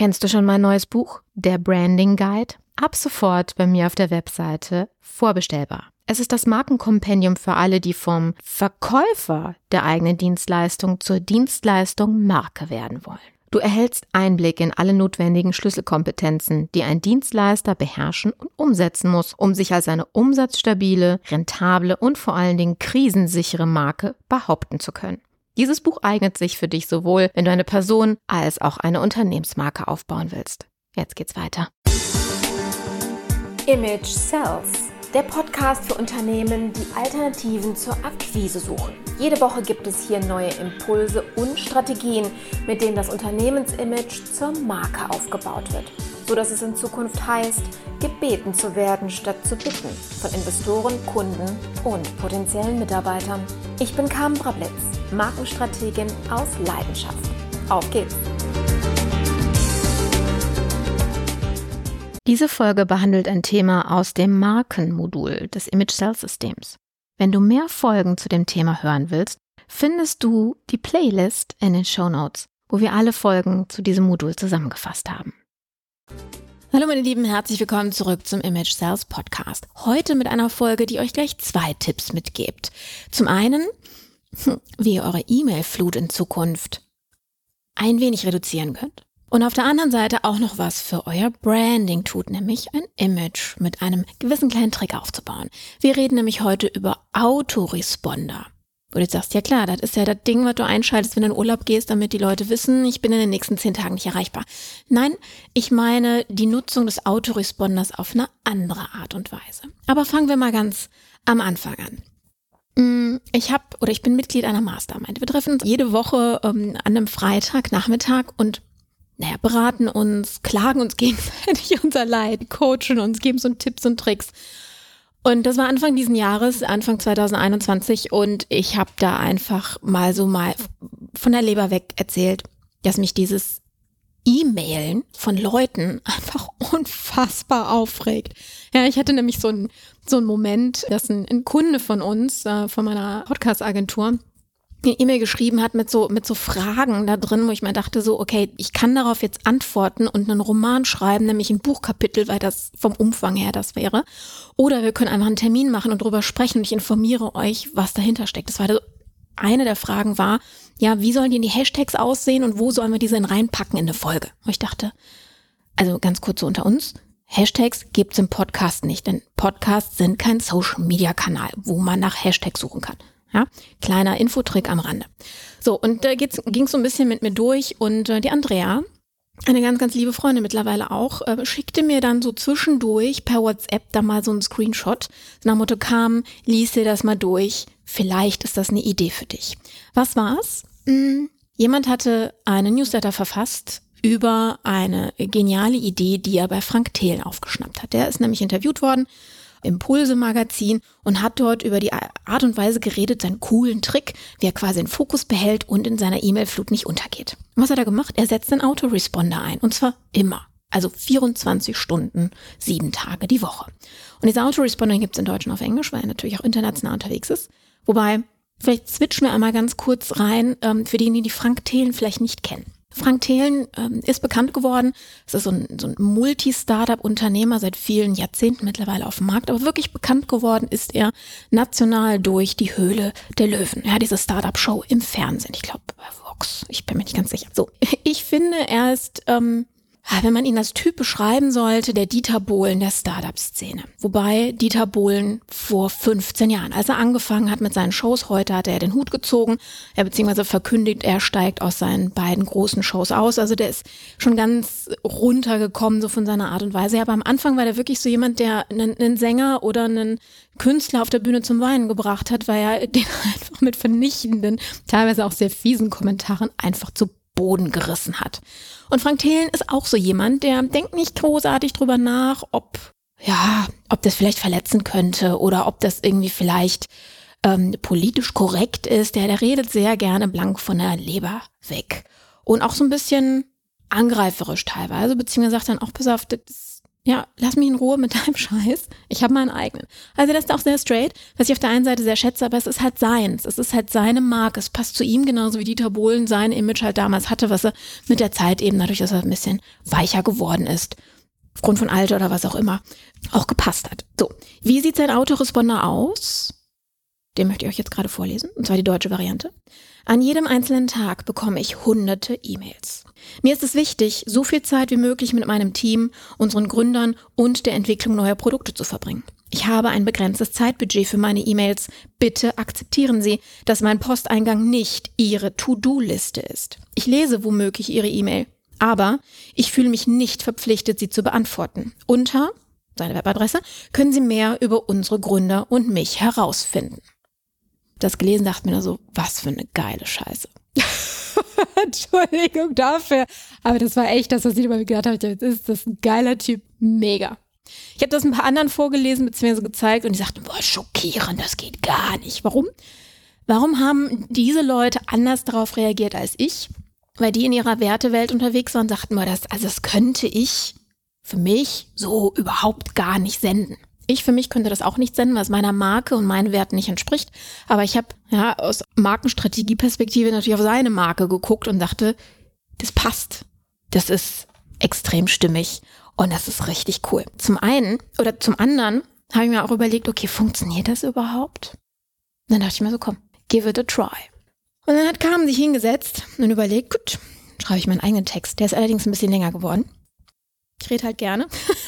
Kennst du schon mein neues Buch, der Branding Guide? Ab sofort bei mir auf der Webseite vorbestellbar. Es ist das Markenkompendium für alle, die vom Verkäufer der eigenen Dienstleistung zur Dienstleistung Marke werden wollen. Du erhältst Einblick in alle notwendigen Schlüsselkompetenzen, die ein Dienstleister beherrschen und umsetzen muss, um sich als eine umsatzstabile, rentable und vor allen Dingen krisensichere Marke behaupten zu können. Dieses Buch eignet sich für dich sowohl, wenn du eine Person als auch eine Unternehmensmarke aufbauen willst. Jetzt geht's weiter. Image Sells, der Podcast für Unternehmen, die Alternativen zur Akquise suchen. Jede Woche gibt es hier neue Impulse und Strategien, mit denen das Unternehmensimage zur Marke aufgebaut wird, sodass es in Zukunft heißt, gebeten zu werden statt zu bitten von Investoren, Kunden und potenziellen Mitarbeitern. Ich bin Carmen Brablitz, Markenstrategin aus Leidenschaft. Auf geht's! Diese Folge behandelt ein Thema aus dem Markenmodul des Image Sales Systems. Wenn du mehr Folgen zu dem Thema hören willst, findest du die Playlist in den Shownotes, wo wir alle Folgen zu diesem Modul zusammengefasst haben. Hallo meine Lieben, herzlich willkommen zurück zum Image Sales Podcast. Heute mit einer Folge, die euch gleich 2 Tipps mitgibt. Zum einen, wie ihr eure E-Mail-Flut in Zukunft ein wenig reduzieren könnt. Und auf der anderen Seite auch noch was für euer Branding tut, nämlich ein Image mit einem gewissen kleinen Trick aufzubauen. Wir reden nämlich heute über Autoresponder. Wo du jetzt sagst, ja klar, das ist ja das Ding, was du einschaltest, wenn du in Urlaub gehst, damit die Leute wissen, ich bin in den nächsten 10 Tagen nicht erreichbar. Nein, ich meine die Nutzung des Autoresponders auf eine andere Art und Weise. Aber fangen wir mal ganz am Anfang an. Ich bin Mitglied einer Mastermind. Wir treffen uns jede Woche an einem Freitagnachmittag und beraten uns, klagen uns gegenseitig unser Leid, coachen uns, geben so Tipps und Tricks. Und das war Anfang diesen Jahres, Anfang 2021 und ich habe da einfach mal von der Leber weg erzählt, dass mich dieses E-Mailen von Leuten einfach unfassbar aufregt. Ja, ich hatte nämlich so einen Moment, dass ein Kunde von uns, von meiner Podcast-Agentur, eine E-Mail geschrieben hat mit so Fragen da drin, wo ich mir dachte so, okay, ich kann darauf jetzt antworten und einen Roman schreiben, nämlich ein Buchkapitel, weil das vom Umfang her das wäre. Oder wir können einfach einen Termin machen und drüber sprechen und ich informiere euch, was dahinter steckt. Das war eine der Fragen war, ja, wie sollen die Hashtags aussehen und wo sollen wir diese reinpacken in eine Folge? Und ich dachte, also ganz kurz so unter uns, Hashtags gibt's im Podcast nicht, denn Podcasts sind kein Social-Media-Kanal, wo man nach Hashtags suchen kann. Ja, kleiner Infotrick am Rande. So, und da ging's so ein bisschen mit mir durch und die Andrea, eine ganz, ganz liebe Freundin mittlerweile auch, schickte mir dann so zwischendurch per WhatsApp da mal so einen Screenshot. Nach dem Motto Carmen, lies dir das mal durch, vielleicht ist das eine Idee für dich. Was war's? Jemand hatte einen Newsletter verfasst über eine geniale Idee, die er bei Frank Thelen aufgeschnappt hat. Der ist nämlich interviewt worden, Impulse-Magazin und hat dort über die Art und Weise geredet, seinen coolen Trick, wie er quasi den Fokus behält und in seiner E-Mail-Flut nicht untergeht. Und was hat er gemacht? Er setzt einen Autoresponder ein und zwar immer. Also 24 Stunden, 7 Tage die Woche. Und dieser Autoresponder gibt es in Deutsch und auf Englisch, weil er natürlich auch international unterwegs ist. Wobei, vielleicht switchen wir einmal ganz kurz rein, für diejenigen, die Frank Thelen vielleicht nicht kennen. Frank Thelen ist bekannt geworden. Es ist so ein Multi-Startup-Unternehmer seit vielen Jahrzehnten mittlerweile auf dem Markt. Aber wirklich bekannt geworden ist er national durch die Höhle der Löwen. Ja, diese Startup-Show im Fernsehen. Ich glaube, bei Vox. Ich bin mir nicht ganz sicher. So, ich finde, er ist, wenn man ihn als Typ beschreiben sollte, der Dieter Bohlen der Startup-Szene. Wobei Dieter Bohlen vor 15 Jahren, als er angefangen hat mit seinen Shows, heute hat er den Hut gezogen, beziehungsweise verkündigt, er steigt aus seinen beiden großen Shows aus. Also der ist schon ganz runtergekommen, so von seiner Art und Weise. Aber am Anfang war der wirklich so jemand, der einen Sänger oder einen Künstler auf der Bühne zum Weinen gebracht hat, weil er den einfach mit vernichtenden, teilweise auch sehr fiesen Kommentaren einfach zu Boden gerissen hat. Und Frank Thelen ist auch so jemand, der denkt nicht großartig drüber nach, ob das vielleicht verletzen könnte oder ob das irgendwie vielleicht politisch korrekt ist. Der redet sehr gerne blank von der Leber weg. Und auch so ein bisschen angreiferisch teilweise, beziehungsweise sagt dann auch, pass auf, Ja, lass mich in Ruhe mit deinem Scheiß. Ich habe meinen eigenen. Also das ist auch sehr straight, was ich auf der einen Seite sehr schätze, aber es ist halt seins. Es ist halt seine Marke. Es passt zu ihm, genauso wie Dieter Bohlen sein Image halt damals hatte, was er mit der Zeit eben, dadurch, dass er ein bisschen weicher geworden ist, aufgrund von Alter oder was auch immer, auch gepasst hat. So, wie sieht sein Autoresponder aus? Den möchte ich euch jetzt gerade vorlesen, und zwar die deutsche Variante. An jedem einzelnen Tag bekomme ich hunderte E-Mails. Mir ist es wichtig, so viel Zeit wie möglich mit meinem Team, unseren Gründern und der Entwicklung neuer Produkte zu verbringen. Ich habe ein begrenztes Zeitbudget für meine E-Mails. Bitte akzeptieren Sie, dass mein Posteingang nicht Ihre To-Do-Liste ist. Ich lese womöglich Ihre E-Mail, aber ich fühle mich nicht verpflichtet, sie zu beantworten. Unter seine Webadresse können Sie mehr über unsere Gründer und mich herausfinden. Das gelesen, dachte mir nur so, was für eine geile Scheiße. Entschuldigung dafür. Aber das war echt das, was ich über mir gedacht habe. Jetzt ist das ein geiler Typ. Mega. Ich habe das ein paar anderen vorgelesen bzw. gezeigt und die sagten, boah, schockierend, das geht gar nicht. Warum? Warum haben diese Leute anders darauf reagiert als ich? Weil die in ihrer Wertewelt unterwegs waren und sagten, boah, das könnte ich für mich so überhaupt gar nicht senden. Ich für mich könnte das auch nicht senden, weil es meiner Marke und meinen Werten nicht entspricht. Aber ich habe aus Markenstrategieperspektive natürlich auf seine Marke geguckt und dachte, das passt. Das ist extrem stimmig und das ist richtig cool. Zum einen oder zum anderen habe ich mir auch überlegt, okay, funktioniert das überhaupt? Und dann dachte ich mir so, komm, give it a try. Und dann hat Carmen sich hingesetzt und überlegt, gut, schreibe ich meinen eigenen Text. Der ist allerdings ein bisschen länger geworden. Ich rede halt gerne.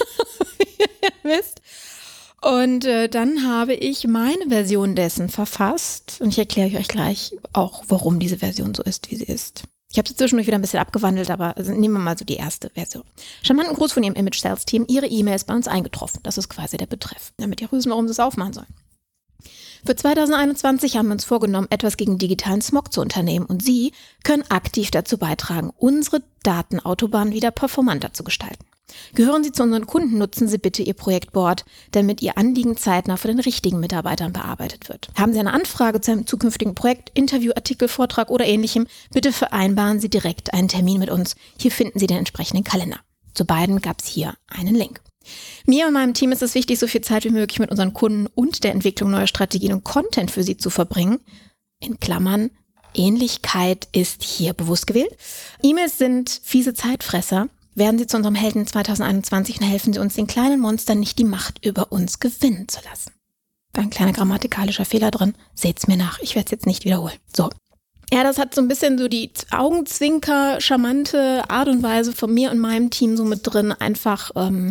Wie ihr wisst. Und dann habe ich meine Version dessen verfasst und ich erkläre euch gleich auch, warum diese Version so ist, wie sie ist. Ich habe sie zwischendurch wieder ein bisschen abgewandelt, aber nehmen wir mal so die erste Version. Charmanten Gruß von ihrem Image Sales Team, ihre E-Mail ist bei uns eingetroffen. Das ist quasi der Betreff, damit ihr wissen, warum sie es aufmachen sollen. Für 2021 haben wir uns vorgenommen, etwas gegen digitalen Smog zu unternehmen und Sie können aktiv dazu beitragen, unsere Datenautobahn wieder performanter zu gestalten. Gehören Sie zu unseren Kunden, nutzen Sie bitte Ihr Projektboard, damit Ihr Anliegen zeitnah von den richtigen Mitarbeitern bearbeitet wird. Haben Sie eine Anfrage zu einem zukünftigen Projekt, Interview, Artikel, Vortrag oder ähnlichem, bitte vereinbaren Sie direkt einen Termin mit uns. Hier finden Sie den entsprechenden Kalender. Zu beiden gab es hier einen Link. Mir und meinem Team ist es wichtig, so viel Zeit wie möglich mit unseren Kunden und der Entwicklung neuer Strategien und Content für sie zu verbringen. In Klammern, Ähnlichkeit ist hier bewusst gewählt. E-Mails sind fiese Zeitfresser. Werden Sie zu unserem Helden 2021 und helfen Sie uns, den kleinen Monstern nicht die Macht über uns gewinnen zu lassen. Da ein kleiner grammatikalischer Fehler drin. Seht's mir nach, ich werde es jetzt nicht wiederholen. So. Ja, das hat so ein bisschen so die Augenzwinker, charmante Art und Weise von mir und meinem Team so mit drin. Einfach,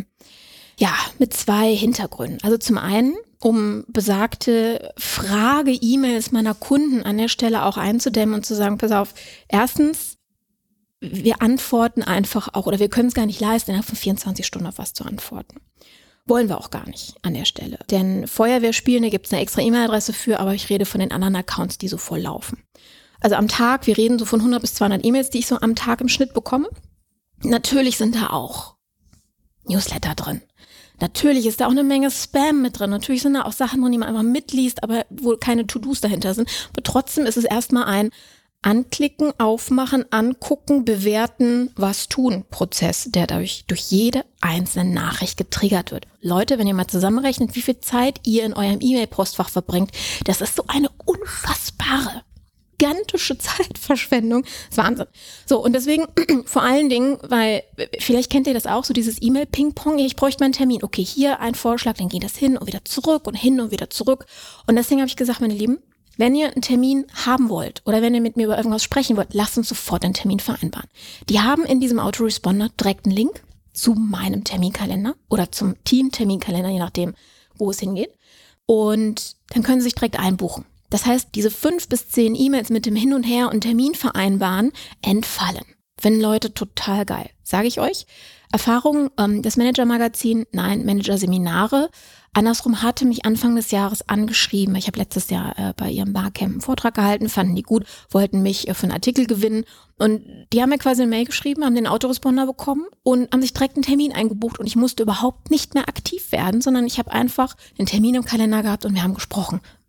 mit zwei Hintergründen. Also zum einen, um besagte Frage-E-Mails meiner Kunden an der Stelle auch einzudämmen und zu sagen, pass auf, erstens, wir antworten einfach auch, oder wir können es gar nicht leisten, innerhalb von 24 Stunden auf was zu antworten. Wollen wir auch gar nicht an der Stelle. Denn Feuerwehrspielen, da gibt es eine extra E-Mail-Adresse für, aber ich rede von den anderen Accounts, die so voll laufen. Also am Tag, wir reden so von 100 bis 200 E-Mails, die ich so am Tag im Schnitt bekomme. Natürlich sind da auch Newsletter drin. Natürlich ist da auch eine Menge Spam mit drin. Natürlich sind da auch Sachen drin, die man einfach mitliest, aber wo keine To-Dos dahinter sind. Aber trotzdem ist es erstmal ein Anklicken, aufmachen, angucken, bewerten, was tun Prozess, der durch jede einzelne Nachricht getriggert wird. Leute, wenn ihr mal zusammenrechnet, wie viel Zeit ihr in eurem E-Mail-Postfach verbringt, das ist so eine unfassbare, gigantische Zeitverschwendung. Das ist Wahnsinn. So, und deswegen vor allen Dingen, weil vielleicht kennt ihr das auch, so dieses E-Mail-Ping-Pong, ich bräuchte mal einen Termin. Okay, hier ein Vorschlag, dann geht das hin und wieder zurück und hin und wieder zurück. Und deswegen habe ich gesagt, meine Lieben, wenn ihr einen Termin haben wollt oder wenn ihr mit mir über irgendwas sprechen wollt, lasst uns sofort einen Termin vereinbaren. Die haben in diesem Autoresponder direkt einen Link zu meinem Terminkalender oder zum Team-Terminkalender, je nachdem, wo es hingeht. Und dann können Sie sich direkt einbuchen. Das heißt, diese 5 bis 10 E-Mails mit dem Hin und Her und Termin vereinbaren entfallen. Finden Leute total geil. Sage ich euch. Erfahrung, das Manager-Magazin, nein, Manager-Seminare. Andersrum hatte mich Anfang des Jahres angeschrieben. Ich habe letztes Jahr bei ihrem Barcamp einen Vortrag gehalten, fanden die gut, wollten mich für einen Artikel gewinnen. Und die haben mir quasi eine Mail geschrieben, haben den Autoresponder bekommen und haben sich direkt einen Termin eingebucht. Und ich musste überhaupt nicht mehr aktiv werden, sondern ich habe einfach einen Termin im Kalender gehabt und wir haben gesprochen.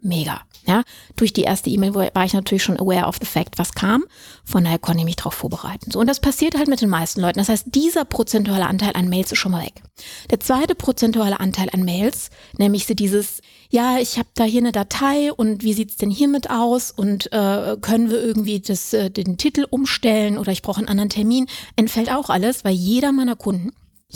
mega. Ja, durch die erste E-Mail war ich natürlich schon aware of the fact, was kam. Von daher konnte ich mich darauf vorbereiten. So, und das passiert halt mit den meisten Leuten. Das heißt, dieser prozentuale Anteil an Mails ist schon mal weg. Der zweite prozentuale Anteil an Mails, nämlich so dieses, ja, ich habe da hier eine Datei und wie sieht's denn hiermit aus und können wir irgendwie den Titel umstellen oder ich brauche einen anderen Termin, entfällt auch alles, weil jeder meiner Kunden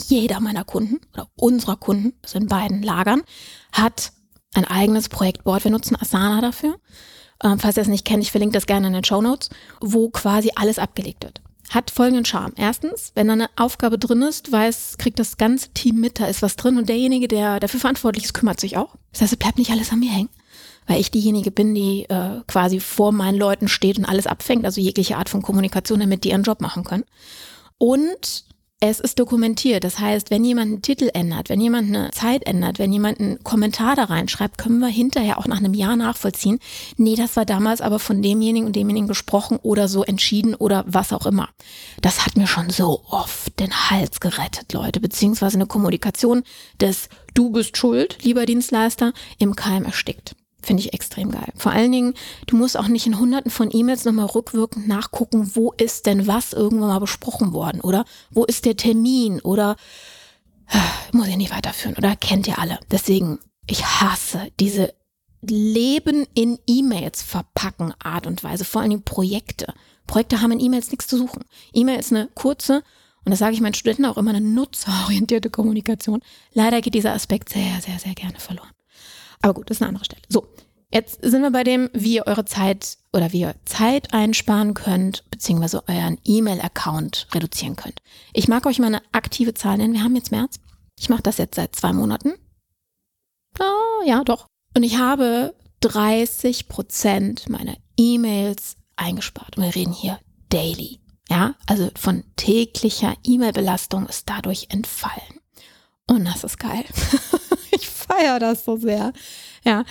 oder unserer Kunden, also in beiden Lagern, hat ein eigenes Projektboard. Wir nutzen Asana dafür. Falls ihr es nicht kennt, ich verlinke das gerne in den Shownotes, wo quasi alles abgelegt wird. Hat folgenden Charme. Erstens, wenn da eine Aufgabe drin ist, kriegt das ganze Team mit, da ist was drin und derjenige, der dafür verantwortlich ist, kümmert sich auch. Das heißt, es bleibt nicht alles an mir hängen, weil ich diejenige bin, die quasi vor meinen Leuten steht und alles abfängt, also jegliche Art von Kommunikation, damit die ihren Job machen können. Und es ist dokumentiert. Das heißt, wenn jemand einen Titel ändert, wenn jemand eine Zeit ändert, wenn jemand einen Kommentar da reinschreibt, können wir hinterher auch nach einem Jahr nachvollziehen. Nee, das war damals aber von demjenigen und demjenigen besprochen oder so entschieden oder was auch immer. Das hat mir schon so oft den Hals gerettet, Leute, beziehungsweise eine Kommunikation des Du bist schuld, lieber Dienstleister, im Keim erstickt. Finde ich extrem geil. Vor allen Dingen, du musst auch nicht in Hunderten von E-Mails nochmal rückwirkend nachgucken, wo ist denn was irgendwann mal besprochen worden oder wo ist der Termin oder muss ich nicht weiterführen oder kennt ihr alle. Deswegen, ich hasse diese Leben in E-Mails verpacken Art und Weise, vor allen Dingen Projekte. Projekte haben in E-Mails nichts zu suchen. E-Mail ist eine kurze, und das sage ich meinen Studenten auch immer, eine nutzerorientierte Kommunikation. Leider geht dieser Aspekt sehr, sehr, sehr gerne verloren. Aber gut, das ist eine andere Stelle. So, jetzt sind wir bei dem, wie ihr eure Zeit oder wie ihr Zeit einsparen könnt, beziehungsweise euren E-Mail-Account reduzieren könnt. Ich mag euch mal eine aktive Zahl nennen. Wir haben jetzt März. Ich mache das jetzt seit 2 Monaten. Ja, doch. Und ich habe 30% meiner E-Mails eingespart. Und wir reden hier daily. Ja, also von täglicher E-Mail-Belastung ist dadurch entfallen. Und das ist geil. Ich feiere das so sehr. Ja,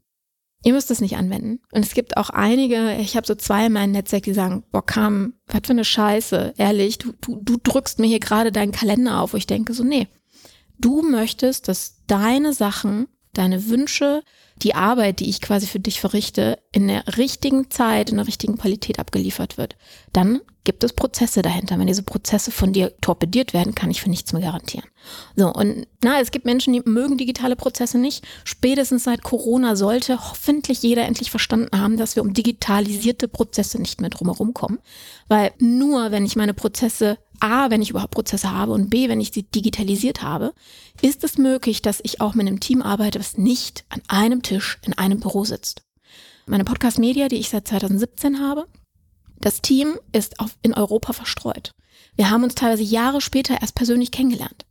ihr müsst es nicht anwenden. Und es gibt auch einige, ich habe so 2 in meinem Netzwerk, die sagen, boah, Carmen, was für eine Scheiße, ehrlich, du drückst mir hier gerade deinen Kalender auf. Wo ich denke so, nee, du möchtest, dass deine Sachen, deine Wünsche, die Arbeit, die ich quasi für dich verrichte, in der richtigen Zeit, in der richtigen Qualität abgeliefert wird. Dann gibt es Prozesse dahinter. Wenn diese Prozesse von dir torpediert werden, kann ich für nichts mehr garantieren. So, und es gibt Menschen, die mögen digitale Prozesse nicht. Spätestens seit Corona sollte hoffentlich jeder endlich verstanden haben, dass wir um digitalisierte Prozesse nicht mehr drumherum kommen. Weil nur, wenn ich meine Prozesse, A, wenn ich überhaupt Prozesse habe und B, wenn ich sie digitalisiert habe, ist es möglich, dass ich auch mit einem Team arbeite, das nicht an einem Tisch in einem Büro sitzt. Meine Podcast-Media, die ich seit 2017 habe, das Team ist in Europa verstreut. Wir haben uns teilweise Jahre später erst persönlich kennengelernt.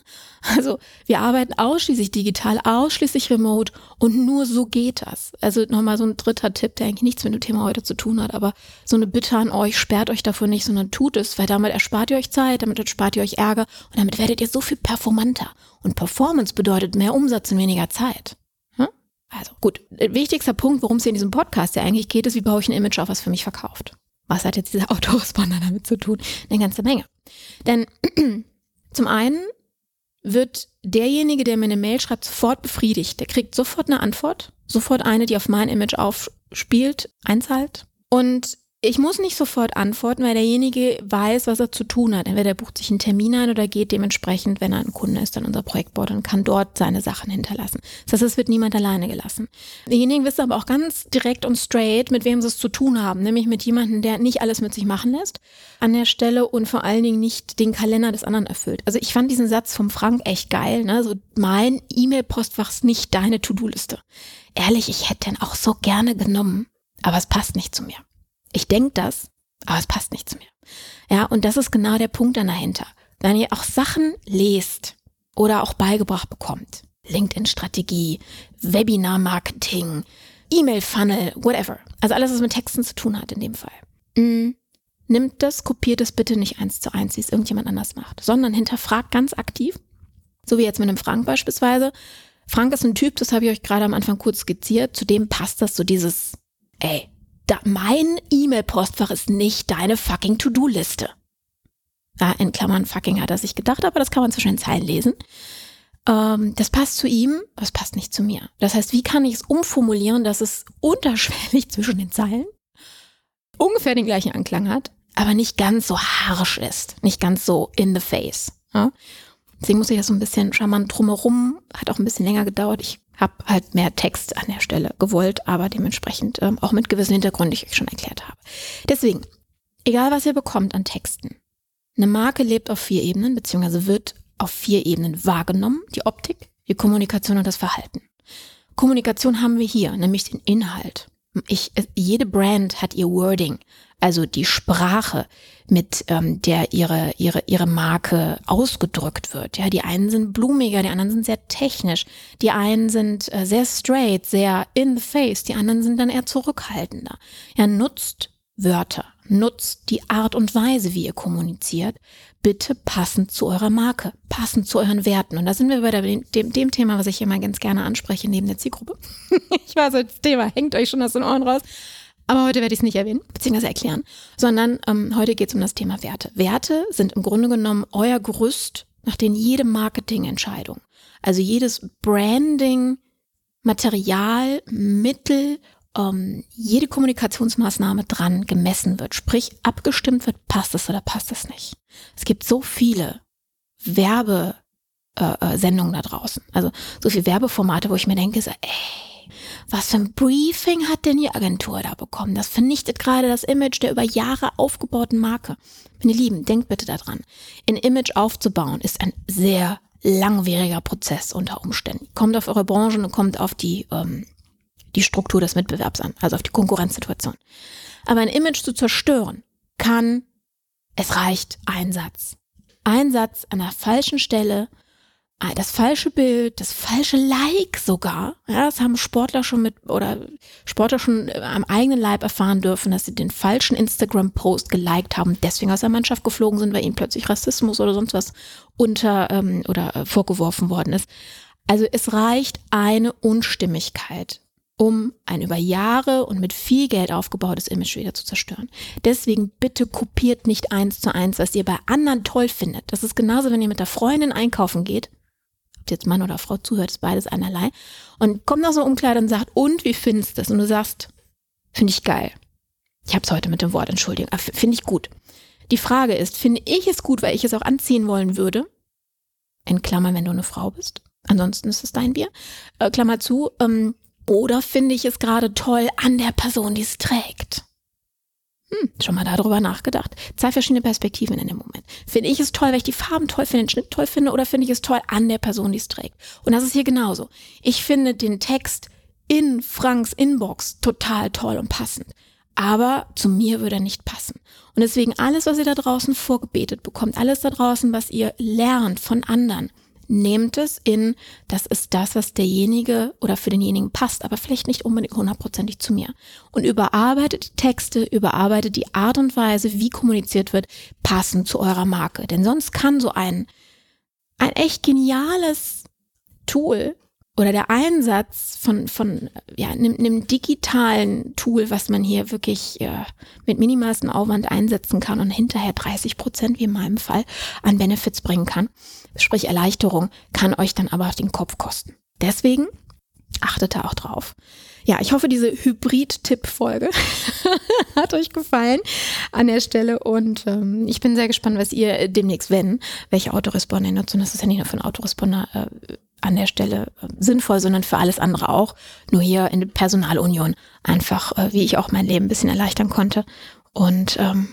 Also wir arbeiten ausschließlich digital, ausschließlich remote und nur so geht das. Also nochmal so ein dritter Tipp, der eigentlich nichts mit dem Thema heute zu tun hat, aber so eine Bitte an euch, sperrt euch davor nicht, sondern tut es, weil damit erspart ihr euch Zeit, damit erspart ihr euch Ärger und damit werdet ihr so viel performanter. Und Performance bedeutet mehr Umsatz und weniger Zeit. Also gut, wichtigster Punkt, worum es hier in diesem Podcast ja eigentlich geht, ist, wie baue ich ein Image auf, was für mich verkauft. Was hat jetzt dieser Autoresponder damit zu tun? Eine ganze Menge. Denn zum einen wird derjenige, der mir eine Mail schreibt, sofort befriedigt. Der kriegt sofort eine Antwort, sofort eine, die auf mein Image aufspielt, einzahlt. Und ich muss nicht sofort antworten, weil derjenige weiß, was er zu tun hat. Entweder er bucht sich einen Termin ein oder geht dementsprechend, wenn er ein Kunde ist, an unser Projektboard und kann dort seine Sachen hinterlassen. Das heißt, es wird niemand alleine gelassen. Diejenigen wissen aber auch ganz direkt und straight, mit wem sie es zu tun haben, nämlich mit jemandem, der nicht alles mit sich machen lässt an der Stelle und vor allen Dingen nicht den Kalender des anderen erfüllt. Also ich fand diesen Satz vom Frank echt geil, ne? So, mein E-Mail-Postfach ist nicht deine To-Do-Liste. Ehrlich, ich hätte den auch so gerne genommen, aber es passt nicht zu mir. Ich denke das, aber es passt nicht zu mir. Ja, und das ist genau der Punkt dann dahinter. Wenn ihr auch Sachen lest oder auch beigebracht bekommt, LinkedIn-Strategie, Webinar-Marketing, E-Mail-Funnel, whatever. Also alles, was mit Texten zu tun hat in dem Fall. Nimmt das, kopiert es bitte nicht 1:1, wie es irgendjemand anders macht, sondern hinterfragt ganz aktiv, so wie jetzt mit einem Frank beispielsweise. Frank ist ein Typ, das habe ich euch gerade am Anfang kurz skizziert, zu dem passt das so dieses, mein E-Mail-Postfach ist nicht deine fucking To-Do-Liste. Ja, in Klammern fucking hat er sich gedacht, aber das kann man zwischen den Zeilen lesen. das passt zu ihm, aber es passt nicht zu mir. Das heißt, wie kann ich es umformulieren, dass es unterschwellig zwischen den Zeilen ungefähr den gleichen Anklang hat, aber nicht ganz so harsch ist, nicht ganz so in the face. Ja? Deswegen muss ich das so ein bisschen charmant drumherum, hat auch ein bisschen länger gedauert. Ich habe halt mehr Text an der Stelle gewollt, aber dementsprechend auch mit gewissen Hintergründen, die ich euch schon erklärt habe. Deswegen, egal was ihr bekommt an Texten, eine Marke lebt auf 4 Ebenen, beziehungsweise wird auf 4 Ebenen wahrgenommen. Die Optik, die Kommunikation und das Verhalten. Kommunikation haben wir hier, nämlich den Inhalt. Jede Brand hat ihr Wording, also die Sprache, mit der ihre Marke ausgedrückt wird. Ja, die einen sind blumiger, die anderen sind sehr technisch, die einen sind sehr straight, sehr in the face, die anderen sind dann eher zurückhaltender. Ja, nutzt Wörter, nutzt die Art und Weise, wie ihr kommuniziert, bitte passend zu eurer Marke, passend zu euren Werten. Und da sind wir bei dem Thema, was ich immer ganz gerne anspreche, neben der Zielgruppe. Ich weiß, das Thema hängt euch schon aus den Ohren raus, aber heute werde ich es nicht erwähnen, beziehungsweise erklären, sondern heute geht es um das Thema Werte. Werte sind im Grunde genommen euer Gerüst, nach dem jede Marketingentscheidung, also jedes Branding, Material, Mittel, jede Kommunikationsmaßnahme dran gemessen wird, sprich abgestimmt wird, passt es oder passt es nicht. Es gibt so viele Werbesendungen da draußen, also so viele Werbeformate, wo ich mir denke, so, was für ein Briefing hat denn die Agentur da bekommen? Das vernichtet gerade das Image der über Jahre aufgebauten Marke. Meine Lieben, denkt bitte daran. Ein Image aufzubauen ist ein sehr langwieriger Prozess unter Umständen. Kommt auf eure Branche und kommt auf die Struktur des Mitbewerbs an, also auf die Konkurrenzsituation. Aber ein Image zu zerstören es reicht ein Satz. Ein Satz an der falschen Stelle, das falsche Bild, das falsche Like sogar. Ja, das haben Sportler schon am eigenen Leib erfahren dürfen, dass sie den falschen Instagram-Post geliked haben, deswegen aus der Mannschaft geflogen sind, weil ihnen plötzlich Rassismus oder sonst was vorgeworfen worden ist. Also es reicht eine Unstimmigkeit, um ein über Jahre und mit viel Geld aufgebautes Image wieder zu zerstören. Deswegen bitte kopiert nicht 1:1, was ihr bei anderen toll findet. Das ist genauso, wenn ihr mit der Freundin einkaufen geht, ob jetzt Mann oder Frau zuhört, ist beides einerlei, und kommt nach so einem Umkleid und sagt, und wie findest du das? Und du sagst, finde ich geil. Ich habe es heute mit dem Wort, Entschuldigung, aber finde ich gut. Die Frage ist, finde ich es gut, weil ich es auch anziehen wollen würde? In Klammern, wenn du eine Frau bist. Ansonsten ist es dein Bier. Klammer zu, oder finde ich es gerade toll an der Person, die es trägt? Schon mal darüber nachgedacht? 2 verschiedene Perspektiven in dem Moment. Finde ich es toll, weil ich die Farben toll finde, den Schnitt toll finde, oder finde ich es toll an der Person, die es trägt? Und das ist hier genauso. Ich finde den Text in Franks Inbox total toll und passend. Aber zu mir würde er nicht passen. Und deswegen alles, was ihr da draußen vorgebetet bekommt, alles da draußen, was ihr lernt von anderen, nehmt es das ist das, was derjenige oder für denjenigen passt, aber vielleicht nicht unbedingt 100%ig zu mir. Und überarbeitet die Texte, überarbeitet die Art und Weise, wie kommuniziert wird, passend zu eurer Marke. Denn sonst kann so ein echt geniales Tool oder der Einsatz von einem digitalen Tool, was man hier wirklich mit minimalstem Aufwand einsetzen kann und hinterher 30%, wie in meinem Fall, an Benefits bringen kann, sprich Erleichterung, kann euch dann aber den Kopf kosten. Deswegen achtet da auch drauf. Ja, ich hoffe, diese Hybrid-Tipp-Folge hat euch gefallen an der Stelle, und ich bin sehr gespannt, was ihr demnächst, welche Autoresponder ihr nutzt. Und das ist ja nicht nur für einen Autoresponder an der Stelle sinnvoll, sondern für alles andere auch. Nur hier in der Personalunion einfach, wie ich auch mein Leben ein bisschen erleichtern konnte. Und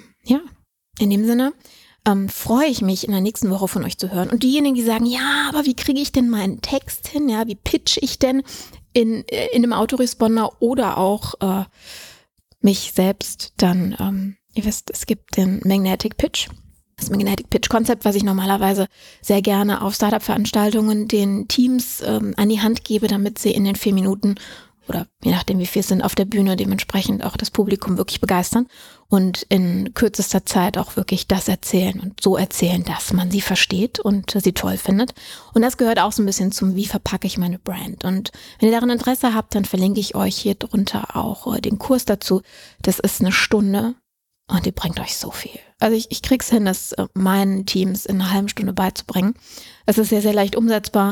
in dem Sinne freue ich mich, in der nächsten Woche von euch zu hören. Und diejenigen, die sagen, ja, aber wie kriege ich denn meinen Text hin? Ja, wie pitch ich denn in einem Autoresponder oder auch mich selbst dann, ihr wisst, es gibt den Magnetic Pitch. Das Magnetic Pitch Konzept, was ich normalerweise sehr gerne auf Startup-Veranstaltungen den Teams an die Hand gebe, damit sie in den 4 Minuten oder je nachdem wie viel es sind auf der Bühne dementsprechend auch das Publikum wirklich begeistern und in kürzester Zeit auch wirklich das erzählen und so erzählen, dass man sie versteht und sie toll findet. Und das gehört auch so ein bisschen zum, wie verpacke ich meine Brand. Und wenn ihr daran Interesse habt, dann verlinke ich euch hier drunter auch den Kurs dazu. Das ist 1 Stunde. Und die bringt euch so viel. Also ich krieg's hin, das meinen Teams in einer halben Stunde beizubringen. Es ist sehr, sehr leicht umsetzbar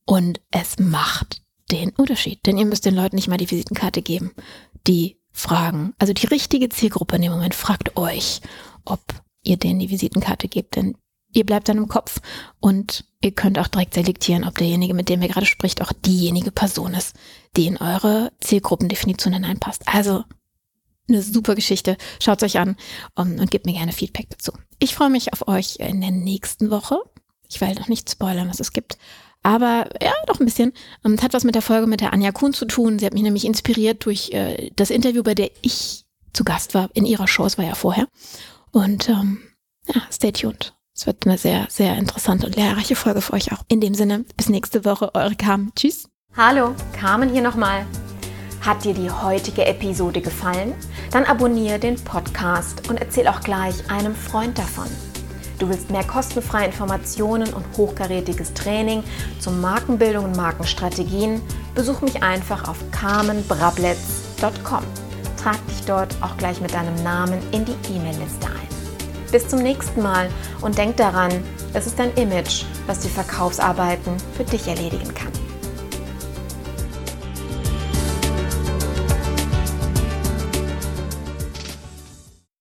Und es macht den Unterschied, denn ihr müsst den Leuten nicht mal die Visitenkarte geben. Die fragen, also die richtige Zielgruppe in dem Moment fragt euch, ob ihr denen die Visitenkarte gebt, denn ihr bleibt dann im Kopf und ihr könnt auch direkt selektieren, ob derjenige, mit dem ihr gerade spricht, auch diejenige Person ist, die in eure Zielgruppendefinition hineinpasst. Also eine super Geschichte. Schaut es euch an und gebt mir gerne Feedback dazu. Ich freue mich auf euch in der nächsten Woche. Ich will noch nicht spoilern, was es gibt. Aber ja, doch ein bisschen. Hat was mit der Folge mit der Anja Kuhn zu tun. Sie hat mich nämlich inspiriert durch das Interview, bei der ich zu Gast war. In ihrer Show, es war ja vorher. Und ja, stay tuned. Es wird eine sehr, sehr interessante und lehrreiche Folge für euch auch. In dem Sinne, bis nächste Woche. Eure Carmen. Tschüss. Hallo, Carmen hier nochmal. Hat dir die heutige Episode gefallen? Dann abonniere den Podcast und erzähl auch gleich einem Freund davon. Du willst mehr kostenfreie Informationen und hochkarätiges Training zur Markenbildung und Markenstrategien? Besuch mich einfach auf carmenbrabletz.com. Trag dich dort auch gleich mit deinem Namen in die E-Mail-Liste ein. Bis zum nächsten Mal und denk daran, es ist dein Image, das die Verkaufsarbeiten für dich erledigen kann.